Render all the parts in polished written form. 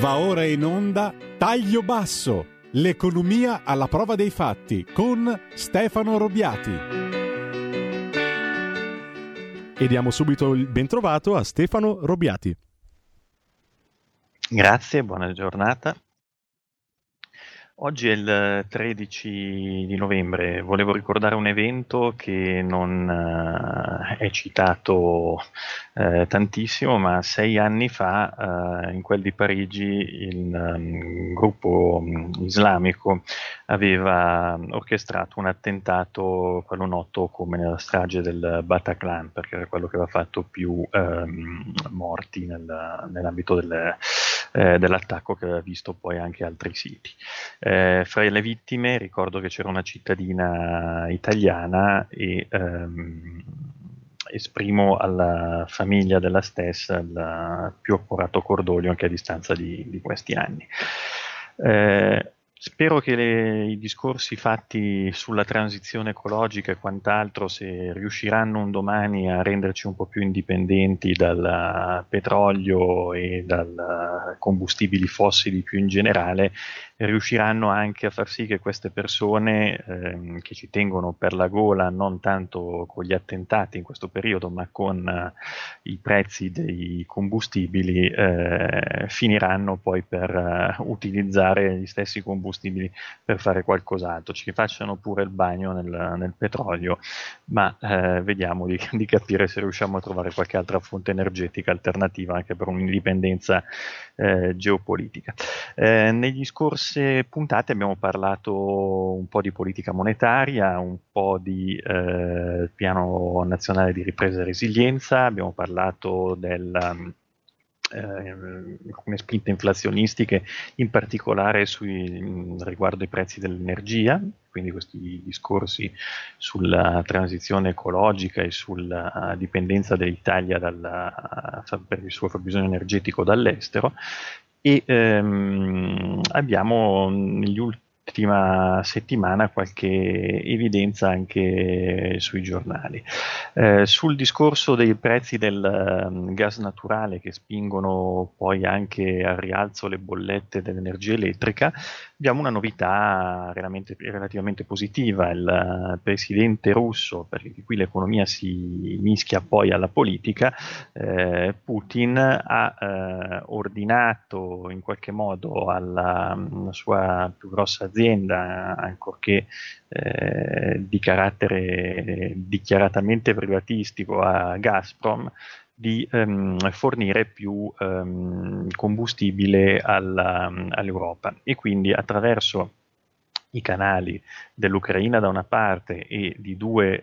Va ora in onda Taglio Basso, l'economia alla prova dei fatti con Stefano Robiati. E diamo subito il bentrovato a Stefano Robiati. Grazie, buona giornata. Oggi è il 13 di novembre, volevo ricordare un evento che non è citato tantissimo, ma 6 anni fa, in quel di Parigi, il gruppo islamico aveva orchestrato un attentato, quello noto come la strage del Bataclan, perché era quello che aveva fatto più morti nell'ambito dell'attacco, che aveva visto poi anche altri siti. Fra le vittime ricordo che c'era una cittadina italiana e esprimo alla famiglia della stessa il più accurato cordoglio anche a distanza di questi anni. Spero che i discorsi fatti sulla transizione ecologica e quant'altro, se riusciranno un domani a renderci un po' più indipendenti dal petrolio e dai combustibili fossili più in generale, riusciranno anche a far sì che queste persone che ci tengono per la gola, non tanto con gli attentati in questo periodo, ma con i prezzi dei combustibili, finiranno poi per utilizzare gli stessi combustibili per fare qualcos'altro, ci facciano pure il bagno nel petrolio, ma vediamo di capire se riusciamo a trovare qualche altra fonte energetica alternativa anche per un'indipendenza geopolitica. Negli scorse puntate abbiamo parlato un po' di politica monetaria, un po' di piano nazionale di ripresa e resilienza, abbiamo parlato alcune spinte inflazionistiche, in particolare riguardo ai prezzi dell'energia, quindi questi discorsi sulla transizione ecologica e sulla dipendenza dell'Italia per il suo fabbisogno energetico dall'estero, e abbiamo negli ultima settimana qualche evidenza anche sui giornali. Sul discorso dei prezzi del gas naturale, che spingono poi anche al rialzo le bollette dell'energia elettrica, abbiamo una novità relativamente positiva. Il presidente russo, perché qui l'economia si mischia poi alla politica, Putin ha ordinato in qualche modo alla sua più grossa azienda, ancorché di carattere dichiaratamente privatistico, a Gazprom, di fornire più combustibile all'Europa, e quindi attraverso i canali dell'Ucraina da una parte e di due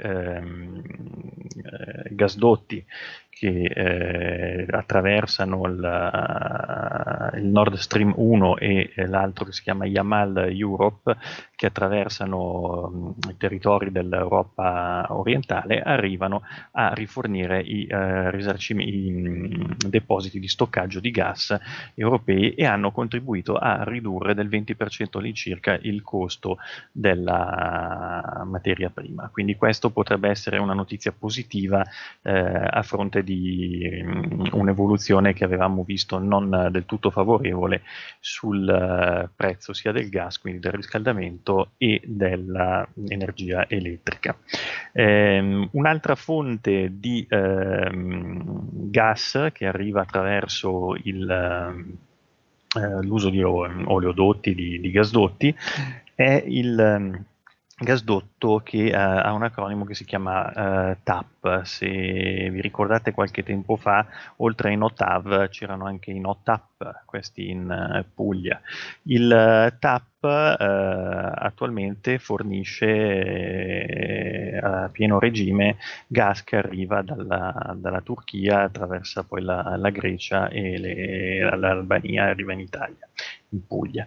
gasdotti che attraversano il Nord Stream 1 e l'altro che si chiama Yamal Europe, che attraversano i territori dell'Europa orientale, arrivano a rifornire i depositi di stoccaggio di gas europei e hanno contribuito a ridurre del 20% all'incirca il costo della materia prima. Quindi questo potrebbe essere una notizia positiva a fronte di un'evoluzione che avevamo visto non del tutto favorevole sul prezzo sia del gas, quindi del riscaldamento, e dell'energia elettrica. Un'altra fonte di gas che arriva attraverso l'uso di oleodotti, di gasdotti, è il gasdotto che ha un acronimo che si chiama TAP. Se vi ricordate, qualche tempo fa, oltre ai NOTAV, c'erano anche i NOTAP, questi in Puglia. Il TAP attualmente fornisce a pieno regime gas che arriva dalla Turchia, attraversa poi la Grecia e l'Albania, e arriva in Italia, in Puglia.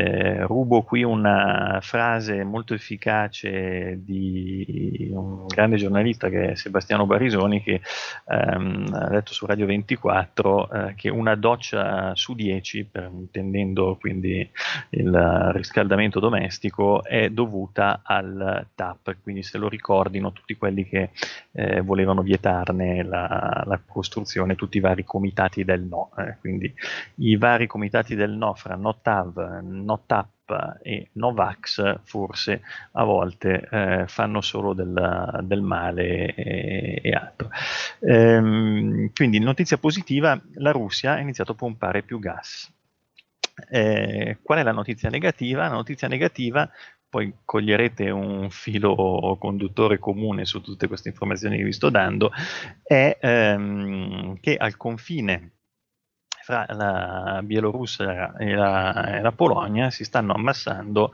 Rubo qui una frase molto efficace di un grande telegiornalista che è Sebastiano Barisoni, che ha detto su Radio 24 che una doccia su 10, intendendo quindi il riscaldamento domestico, è dovuta al TAP, quindi se lo ricordino tutti quelli che volevano vietarne la costruzione, tutti i vari comitati del no, quindi i vari comitati del no fra no TAV, no TAP e Novax forse a volte fanno solo del male e altro. Quindi notizia positiva, la Russia ha iniziato a pompare più gas. Qual è la notizia negativa? La notizia negativa, poi coglierete un filo conduttore comune su tutte queste informazioni che vi sto dando, è che al confine fra la Bielorussia e la Polonia si stanno ammassando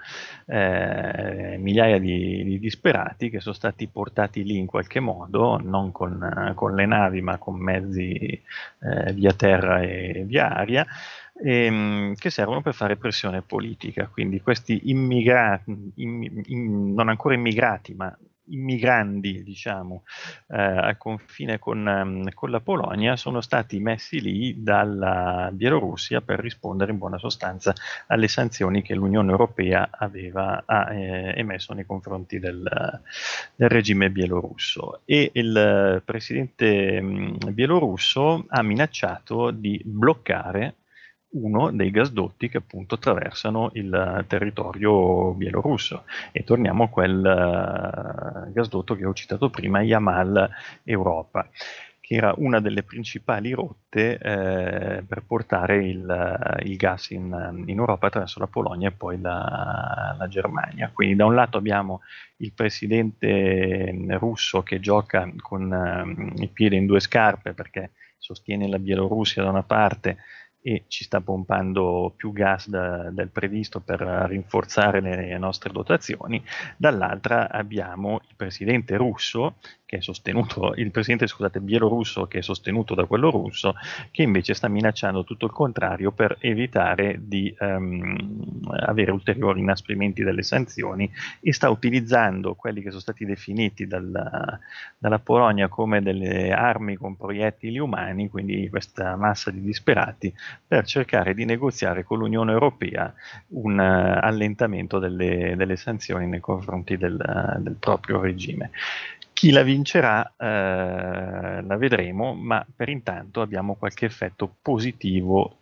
migliaia di disperati che sono stati portati lì in qualche modo, non con le navi ma con mezzi via terra e via aria, che servono per fare pressione politica. Quindi questi immigrati, non ancora immigrati, ma immigranti, diciamo, al confine con la Polonia, sono stati messi lì dalla Bielorussia per rispondere in buona sostanza alle sanzioni che l'Unione Europea ha emesso nei confronti del regime bielorusso. E il presidente bielorusso ha minacciato di bloccare uno dei gasdotti che appunto attraversano il territorio bielorusso, e torniamo a quel gasdotto che ho citato prima, Yamal Europa, che era una delle principali rotte per portare il gas in Europa attraverso la Polonia e poi la Germania. Quindi da un lato abbiamo il presidente russo che gioca con il piede in due scarpe, perché sostiene la Bielorussia da una parte e ci sta pompando più gas del previsto per rinforzare le nostre dotazioni. Dall'altra abbiamo il presidente russo, che è sostenuto, il presidente, scusate, bielorusso, che è sostenuto da quello russo, che invece sta minacciando tutto il contrario per evitare di avere ulteriori inasprimenti delle sanzioni, e sta utilizzando quelli che sono stati definiti dalla Polonia come delle armi con proiettili umani, quindi questa massa di disperati, per cercare di negoziare con l'Unione Europea un allentamento delle sanzioni nei confronti del proprio regime. Chi la vincerà la vedremo, ma per intanto abbiamo qualche effetto positivo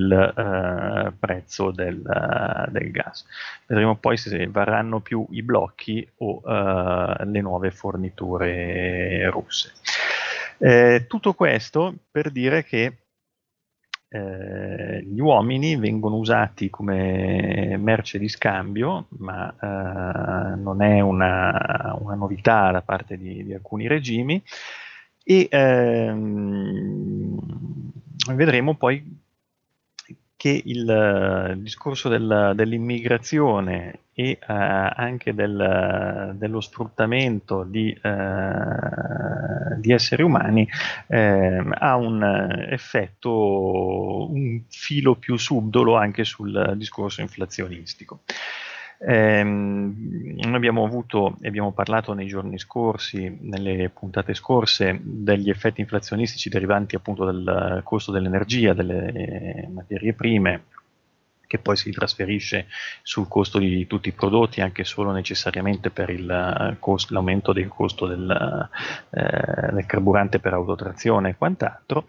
sul prezzo del gas. Vedremo poi se varranno più i blocchi o le nuove forniture russe. Tutto questo per dire che gli uomini vengono usati come merce di scambio, ma non è una novità da parte di alcuni regimi, e vedremo poi che il discorso dell'immigrazione e anche dello sfruttamento di esseri umani ha un effetto un filo più subdolo anche sul discorso inflazionistico. Noi abbiamo parlato nei giorni scorsi, nelle puntate scorse, degli effetti inflazionistici derivanti appunto dal costo dell'energia, delle materie prime, che poi si trasferisce sul costo di tutti i prodotti, anche solo necessariamente per l'aumento del costo del carburante per autotrazione e quant'altro.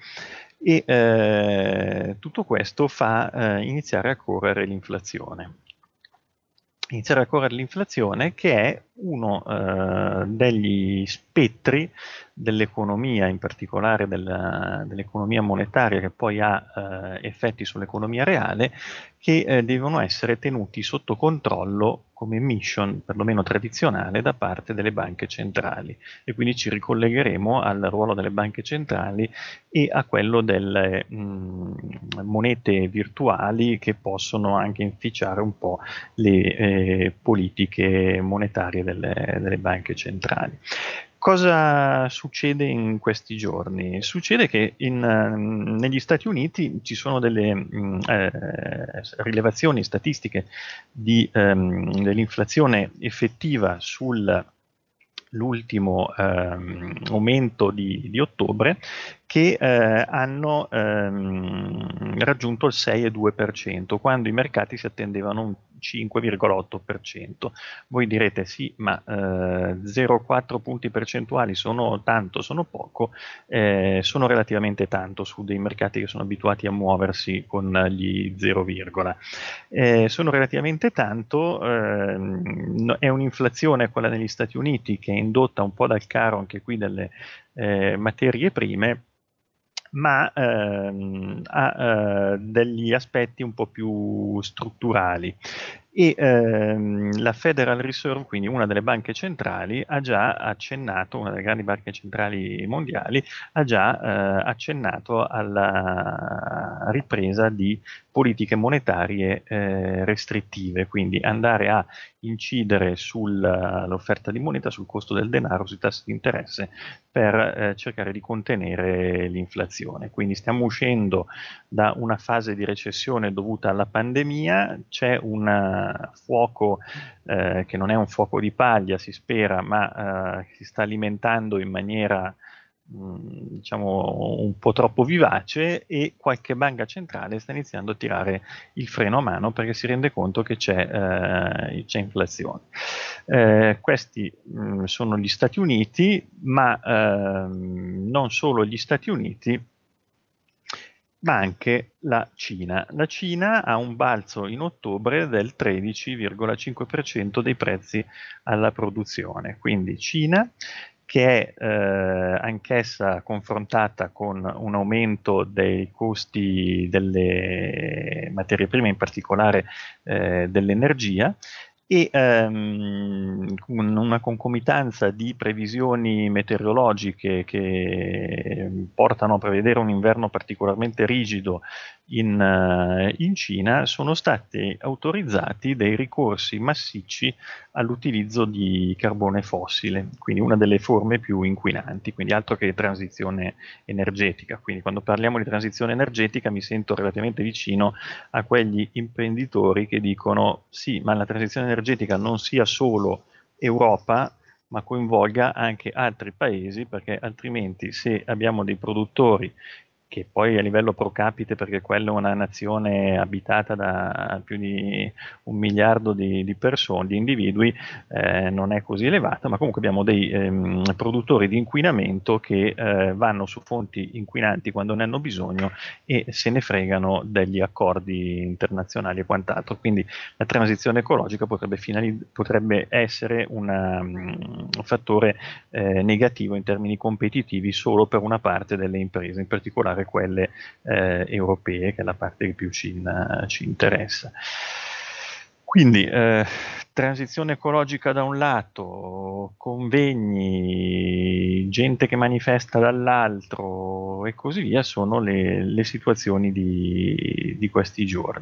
E tutto questo fa iniziare a correre l'inflazione. Iniziare a correre l'inflazione, che è uno degli spettri dell'economia, in particolare dell'economia monetaria, che poi ha effetti sull'economia reale, che devono essere tenuti sotto controllo come mission, perlomeno tradizionale, da parte delle banche centrali. E quindi ci ricollegheremo al ruolo delle banche centrali e a quello delle monete virtuali, che possono anche inficiare un po' le politiche monetarie delle banche centrali. Cosa succede in questi giorni? Succede che negli Stati Uniti ci sono delle rilevazioni statistiche dell'inflazione effettiva sul l'ultimo aumento di ottobre, che hanno raggiunto il 6,2%, quando i mercati si attendevano un 5,8%. Voi direte sì, ma 0,4 punti percentuali sono tanto, sono poco? Sono relativamente tanto su dei mercati che sono abituati a muoversi con gli 0, sono relativamente tanto. È un'inflazione, quella negli Stati Uniti, che è indotta un po' dal caro anche qui delle materie prime, ma ha degli aspetti un po' più strutturali. E la Federal Reserve, quindi una delle banche centrali, ha già accennato, una delle grandi banche centrali mondiali, ha già accennato alla ripresa di politiche monetarie restrittive, quindi andare a incidere sull'offerta di moneta, sul costo del denaro, sui tassi di interesse, per cercare di contenere l'inflazione. Quindi stiamo uscendo da una fase di recessione dovuta alla pandemia, c'è un fuoco che non è un fuoco di paglia, si spera, ma si sta alimentando in maniera diciamo un po' troppo vivace, e qualche banca centrale sta iniziando a tirare il freno a mano perché si rende conto che c'è inflazione. Questi sono gli Stati Uniti, ma non solo gli Stati Uniti, ma anche la Cina. La Cina ha un balzo in ottobre del 13,5% dei prezzi alla produzione. Quindi Cina, che è anch'essa confrontata con un aumento dei costi delle materie prime, in particolare dell'energia, e una concomitanza di previsioni meteorologiche che portano a prevedere un inverno particolarmente rigido in Cina, sono stati autorizzati dei ricorsi massicci all'utilizzo di carbone fossile, quindi una delle forme più inquinanti, quindi altro che transizione energetica. Quindi quando parliamo di transizione energetica mi sento relativamente vicino a quegli imprenditori che dicono sì, ma la transizione energetica non sia solo Europa, ma coinvolga anche altri paesi, perché altrimenti, se abbiamo dei produttori che poi a livello pro capite, perché quella è una nazione abitata da più di 1 miliardo di persone, di individui, non è così elevata, ma comunque abbiamo dei produttori di inquinamento che vanno su fonti inquinanti quando ne hanno bisogno e se ne fregano degli accordi internazionali e quant'altro. Quindi la transizione ecologica potrebbe essere un fattore negativo in termini competitivi solo per una parte delle imprese, in particolare quelle europee, che è la parte che più ci interessa. Quindi transizione ecologica da un lato, convegni, gente che manifesta dall'altro e così via, sono le situazioni di questi giorni.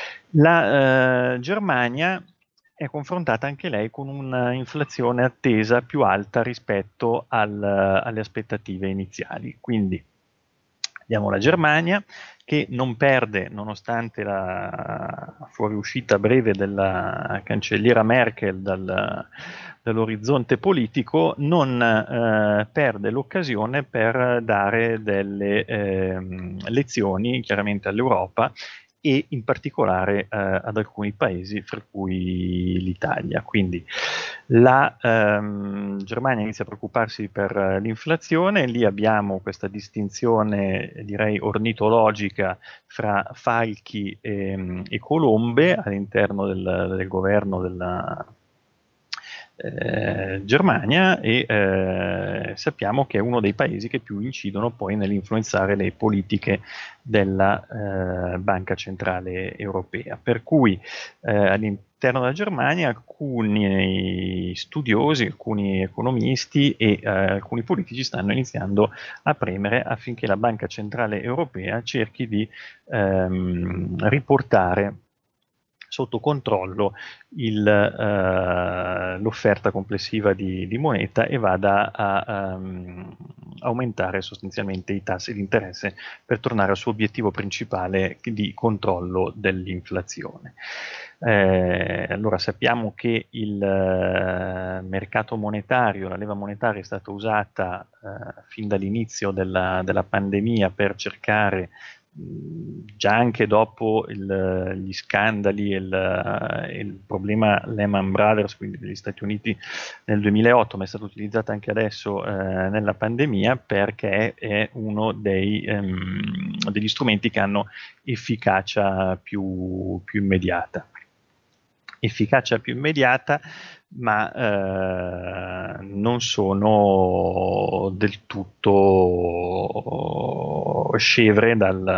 La Germania è confrontata anche lei con un'inflazione attesa più alta rispetto alle aspettative iniziali. Quindi abbiamo la Germania che non perde, nonostante la fuoriuscita breve della cancelliera Merkel dall'orizzonte politico, non perde l'occasione per dare delle lezioni chiaramente all'Europa e in particolare ad alcuni paesi, fra cui l'Italia. Quindi la Germania inizia a preoccuparsi per l'inflazione, lì abbiamo questa distinzione, direi, ornitologica fra falchi e colombe all'interno del governo della Germania, e sappiamo che è uno dei paesi che più incidono poi nell'influenzare le politiche della Banca Centrale Europea. Per cui all'interno della Germania alcuni studiosi, alcuni economisti e alcuni politici stanno iniziando a premere affinché la Banca Centrale Europea cerchi di riportare sotto controllo l'offerta complessiva di moneta e vada a aumentare sostanzialmente i tassi di interesse per tornare al suo obiettivo principale di controllo dell'inflazione. Allora sappiamo che il mercato monetario, la leva monetaria è stata usata fin dall'inizio della pandemia per cercare, già anche dopo gli scandali e il problema Lehman Brothers, quindi degli Stati Uniti nel 2008, ma è stata utilizzata anche adesso nella pandemia, perché è uno degli strumenti che hanno efficacia più immediata. Efficacia più immediata, ma non sono del tutto scevre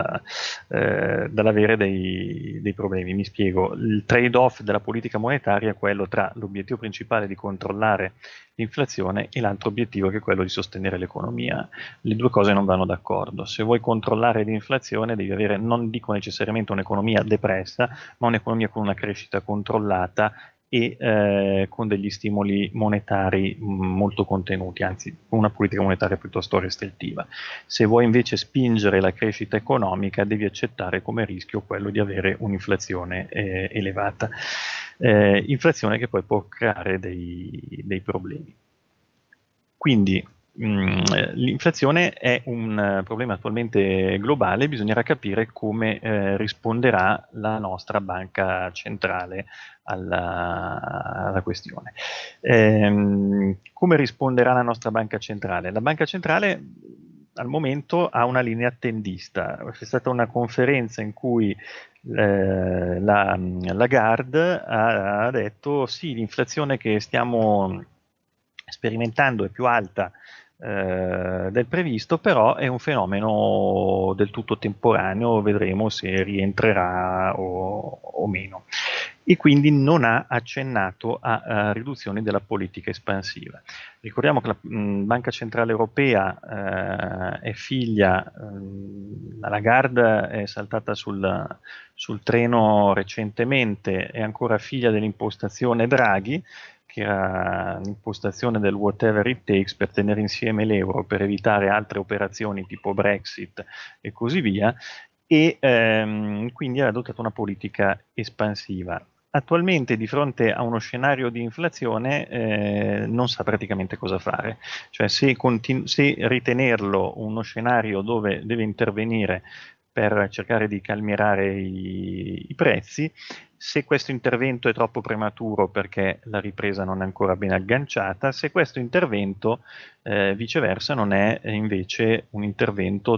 dall'avere dei problemi. Mi spiego: il trade-off della politica monetaria è quello tra l'obiettivo principale di controllare l'inflazione e l'altro obiettivo, che è quello di sostenere l'economia. Le due cose non vanno d'accordo. Se vuoi controllare l'inflazione devi avere, non dico necessariamente un'economia depressa, ma un'economia con una crescita controllata e con degli stimoli monetari molto contenuti, anzi con una politica monetaria piuttosto restrittiva. Se vuoi invece spingere la crescita economica, devi accettare come rischio quello di avere un'inflazione elevata, inflazione che poi può creare dei problemi. Quindi l'inflazione è un problema attualmente globale, bisognerà capire come risponderà la nostra banca centrale alla questione. Come risponderà la nostra banca centrale? La banca centrale al momento ha una linea attendista. C'è stata una conferenza in cui la Lagarde ha detto sì, l'inflazione che stiamo sperimentando è più alta del previsto, però è un fenomeno del tutto temporaneo, vedremo se rientrerà o meno. E quindi non ha accennato a riduzioni della politica espansiva. Ricordiamo che la Banca Centrale Europea è figlia, la Lagarde è saltata sul treno recentemente, è ancora figlia dell'impostazione Draghi, che era l'impostazione del whatever it takes per tenere insieme l'euro, per evitare altre operazioni tipo Brexit e così via, e quindi ha adottato una politica espansiva. Attualmente, di fronte a uno scenario di inflazione, non sa praticamente cosa fare, cioè se ritenerlo uno scenario dove deve intervenire per cercare di calmierare i prezzi. Se questo intervento è troppo prematuro perché la ripresa non è ancora ben agganciata, se questo intervento viceversa non è invece un intervento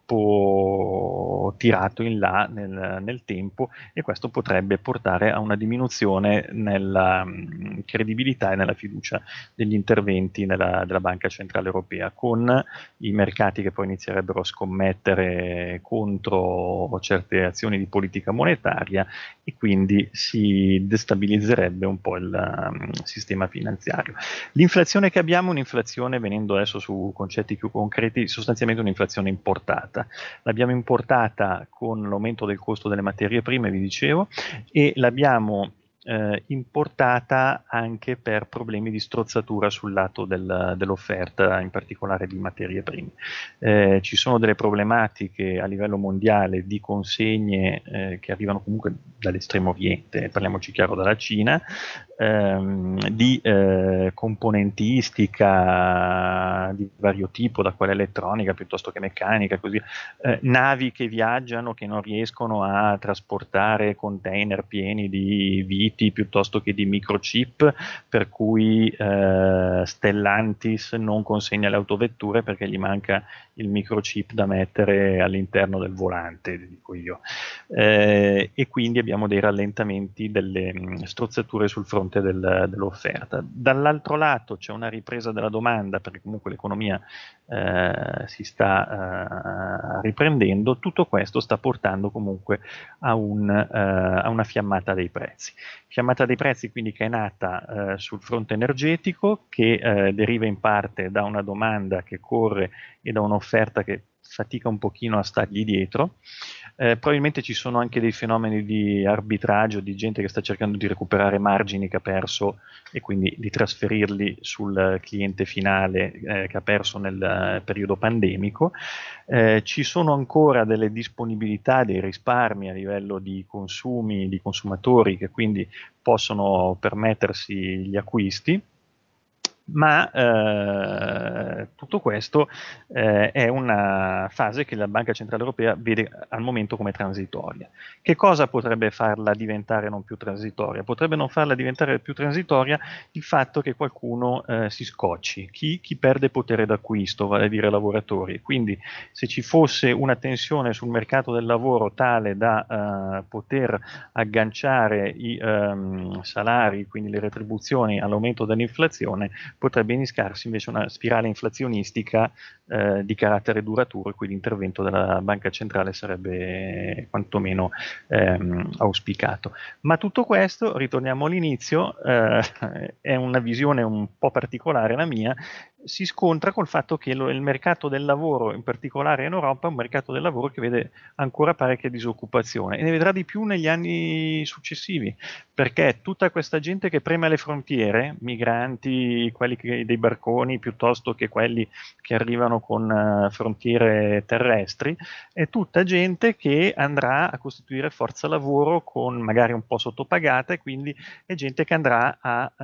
troppo tirato in là nel tempo, e questo potrebbe portare a una diminuzione nella credibilità e nella fiducia degli interventi della Banca Centrale Europea, con i mercati che poi inizierebbero a scommettere contro certe azioni di politica monetaria, e quindi si destabilizzerebbe un po' il sistema finanziario. L'inflazione che abbiamo è un'inflazione, venendo adesso su concetti più concreti, sostanzialmente un'inflazione importata. L'abbiamo importata con l'aumento del costo delle materie prime, vi dicevo, e l'abbiamo importata anche per problemi di strozzatura sul lato dell'offerta, in particolare di materie prime. Ci sono delle problematiche a livello mondiale di consegne che arrivano comunque dall'estremo oriente, parliamoci chiaro, dalla Cina, di componentistica di vario tipo, da quella elettronica piuttosto che meccanica, così, navi che viaggiano che non riescono a trasportare container pieni di viti piuttosto che di microchip, per cui Stellantis non consegna le autovetture perché gli manca il microchip da mettere all'interno del volante, dico io, e quindi abbiamo dei rallentamenti, delle strozzature sul fronte dell'offerta. Dall'altro lato c'è una ripresa della domanda, perché comunque l'economia si sta riprendendo. Tutto questo sta portando comunque a una fiammata dei prezzi. Fiammata dei prezzi quindi che è nata sul fronte energetico, che deriva in parte da una domanda che corre e da un'offerta che fatica un pochino a stargli dietro. Probabilmente ci sono anche dei fenomeni di arbitraggio, di gente che sta cercando di recuperare margini che ha perso e quindi di trasferirli sul cliente finale che ha perso nel periodo pandemico. Ci sono ancora delle disponibilità, dei risparmi a livello di consumi, di consumatori che quindi possono permettersi gli acquisti. Ma tutto questo è una fase che la Banca Centrale Europea vede al momento come transitoria. Che cosa potrebbe farla diventare non più transitoria? Potrebbe non farla diventare più transitoria il fatto che qualcuno si scocci, chi perde potere d'acquisto, vale a dire lavoratori. Quindi se ci fosse una tensione sul mercato del lavoro tale da poter agganciare i salari, quindi le retribuzioni all'aumento dell'inflazione, potrebbe innescarsi invece una spirale inflazionistica di carattere duraturo, e quindi l'intervento della banca centrale sarebbe quantomeno auspicato. Ma tutto questo, ritorniamo all'inizio, è una visione un po' particolare la mia, si scontra col fatto che il mercato del lavoro, in particolare in Europa, è un mercato del lavoro che vede ancora parecchia disoccupazione e ne vedrà di più negli anni successivi, perché tutta questa gente che preme alle frontiere, migranti, quelli dei barconi piuttosto che quelli che arrivano con frontiere terrestri, è tutta gente che andrà a costituire forza lavoro con magari un po' sottopagata, e quindi è gente che andrà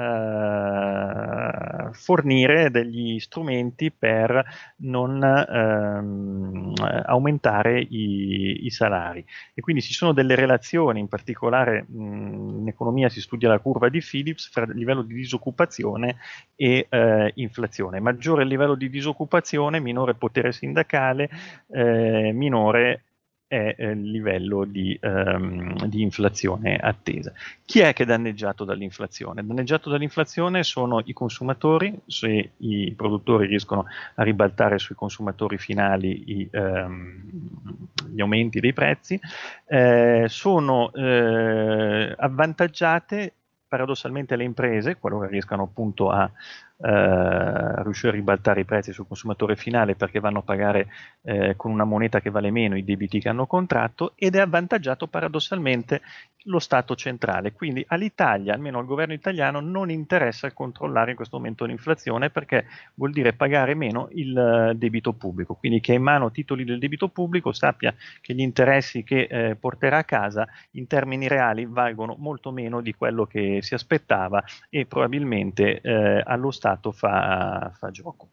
a fornire degli strumenti per non aumentare i salari. E quindi ci sono delle relazioni, in particolare in economia si studia la curva di Phillips, fra il livello di disoccupazione e inflazione. Maggiore il livello di disoccupazione, minore potere sindacale, minore è il livello di inflazione attesa. Chi è che è danneggiato dall'inflazione? Danneggiato dall'inflazione sono i consumatori, se i produttori riescono a ribaltare sui consumatori finali gli aumenti dei prezzi, sono avvantaggiate paradossalmente le imprese, qualora riescano appunto a riuscire a ribaltare i prezzi sul consumatore finale, perché vanno a pagare con una moneta che vale meno i debiti che hanno contratto, ed è avvantaggiato paradossalmente lo Stato centrale. Quindi all'Italia, almeno al governo italiano, non interessa controllare in questo momento l'inflazione, perché vuol dire pagare meno il debito pubblico. Quindi chi ha in mano titoli del debito pubblico sappia che gli interessi che porterà a casa in termini reali valgono molto meno di quello che si aspettava, e probabilmente allo Stato fa gioco.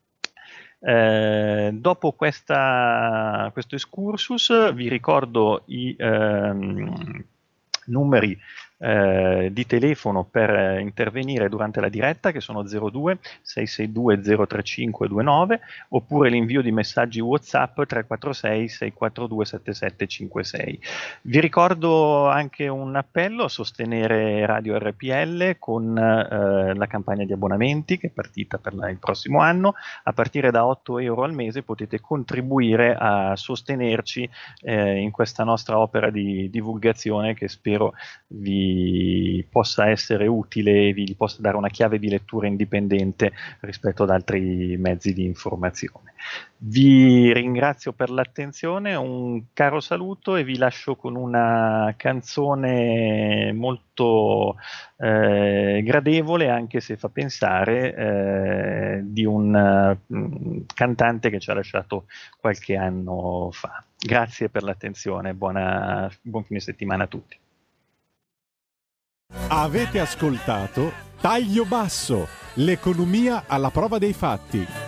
Dopo questo excursus vi ricordo i numeri di telefono per intervenire durante la diretta, che sono 02 662 035 29, oppure l'invio di messaggi WhatsApp 346 642 7756. Vi ricordo anche un appello a sostenere Radio RPL con la campagna di abbonamenti che è partita per il prossimo anno. A partire da 8 euro al mese potete contribuire a sostenerci in questa nostra opera di divulgazione, che spero vi possa essere utile e vi possa dare una chiave di lettura indipendente rispetto ad altri mezzi di informazione. Vi ringrazio per l'attenzione, un caro saluto, e vi lascio con una canzone molto gradevole, anche se fa pensare, di un cantante che ci ha lasciato qualche anno fa. Grazie per l'attenzione, buon fine settimana a tutti. Avete ascoltato Taglio Basso, l'economia alla prova dei fatti.